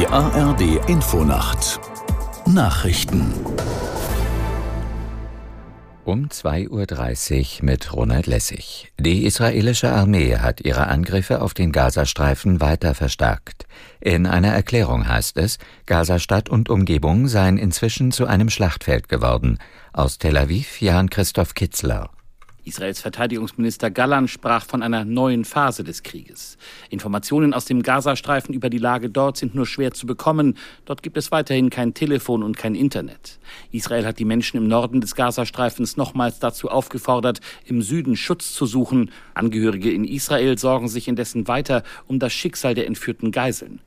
ARD Infonacht Nachrichten um 2:30 Uhr mit Ronald Lessig. Die israelische Armee hat ihre Angriffe auf den Gazastreifen weiter verstärkt. In einer Erklärung heißt es, Gazastadt und Umgebung seien inzwischen zu einem Schlachtfeld geworden. Aus Tel Aviv Jan-Christoph Kitzler. Israels Verteidigungsminister Gallant sprach von einer neuen Phase des Krieges. Informationen aus dem Gazastreifen über die Lage dort sind nur schwer zu bekommen. Dort gibt es weiterhin kein Telefon und kein Internet. Israel hat die Menschen im Norden des Gazastreifens nochmals dazu aufgefordert, im Süden Schutz zu suchen. Angehörige in Israel sorgen sich indessen weiter um das Schicksal der entführten Geiseln.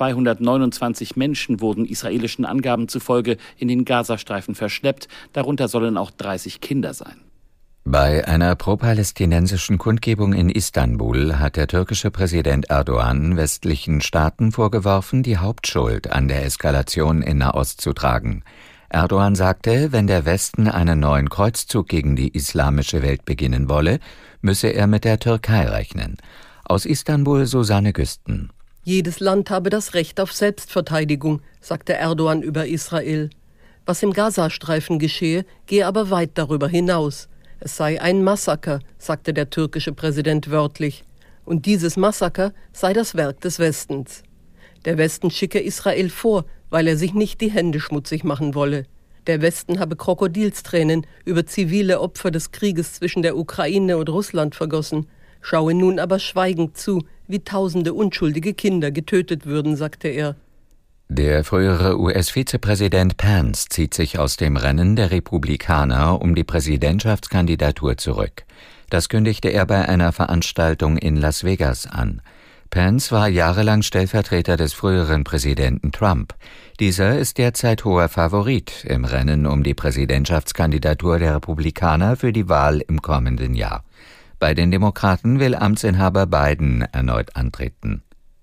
229 Menschen wurden israelischen Angaben zufolge in den Gazastreifen verschleppt. Darunter sollen auch 30 Kinder sein. Bei einer pro-palästinensischen Kundgebung in Istanbul hat der türkische Präsident Erdogan westlichen Staaten vorgeworfen, die Hauptschuld an der Eskalation in Nahost zu tragen. Erdogan sagte, wenn der Westen einen neuen Kreuzzug gegen die islamische Welt beginnen wolle, müsse er mit der Türkei rechnen. Aus Istanbul Susanne Güsten. Jedes Land habe das Recht auf Selbstverteidigung, sagte Erdogan über Israel. Was im Gazastreifen geschehe, gehe aber weit darüber hinaus. Es sei ein Massaker, sagte der türkische Präsident wörtlich. Und dieses Massaker sei das Werk des Westens. Der Westen schicke Israel vor, weil er sich nicht die Hände schmutzig machen wolle. Der Westen habe Krokodilstränen über zivile Opfer des Krieges zwischen der Ukraine und Russland vergossen, schaue nun aber schweigend zu, wie tausende unschuldige Kinder getötet würden, sagte er. Der frühere US-Vizepräsident Pence zieht sich aus dem Rennen der Republikaner um die Präsidentschaftskandidatur zurück. Das kündigte er bei einer Veranstaltung in Las Vegas an. Pence war jahrelang Stellvertreter des früheren Präsidenten Trump. Dieser ist derzeit hoher Favorit im Rennen um die Präsidentschaftskandidatur der Republikaner für die Wahl im kommenden Jahr. Bei den Demokraten will Amtsinhaber Biden erneut antreten.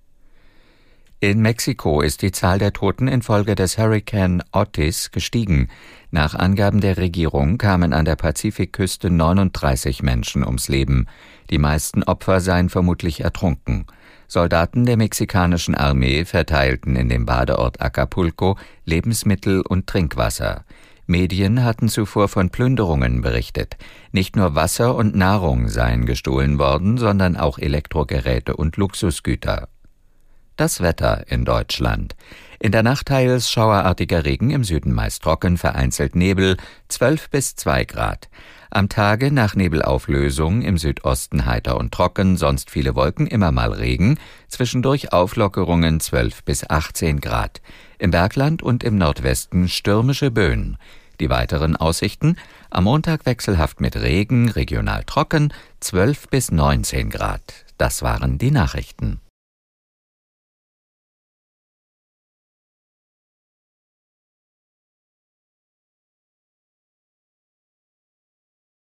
In Mexiko ist die Zahl der Toten infolge des Hurrikan Otis gestiegen. Nach Angaben der Regierung kamen an der Pazifikküste 39 Menschen ums Leben. Die meisten Opfer seien vermutlich ertrunken. Soldaten der mexikanischen Armee verteilten in dem Badeort Acapulco Lebensmittel und Trinkwasser. Medien hatten zuvor von Plünderungen berichtet. Nicht nur Wasser und Nahrung seien gestohlen worden, sondern auch Elektrogeräte und Luxusgüter. Das Wetter in Deutschland. In der Nacht teils schauerartiger Regen, im Süden meist trocken, vereinzelt Nebel, 12 bis 2 Grad. Am Tage nach Nebelauflösung im Südosten heiter und trocken, sonst viele Wolken, immer mal Regen, zwischendurch Auflockerungen 12 bis 18 Grad. Im Bergland und im Nordwesten stürmische Böen. Die weiteren Aussichten: am Montag wechselhaft mit Regen, regional trocken, 12 bis 19 Grad. Das waren die Nachrichten.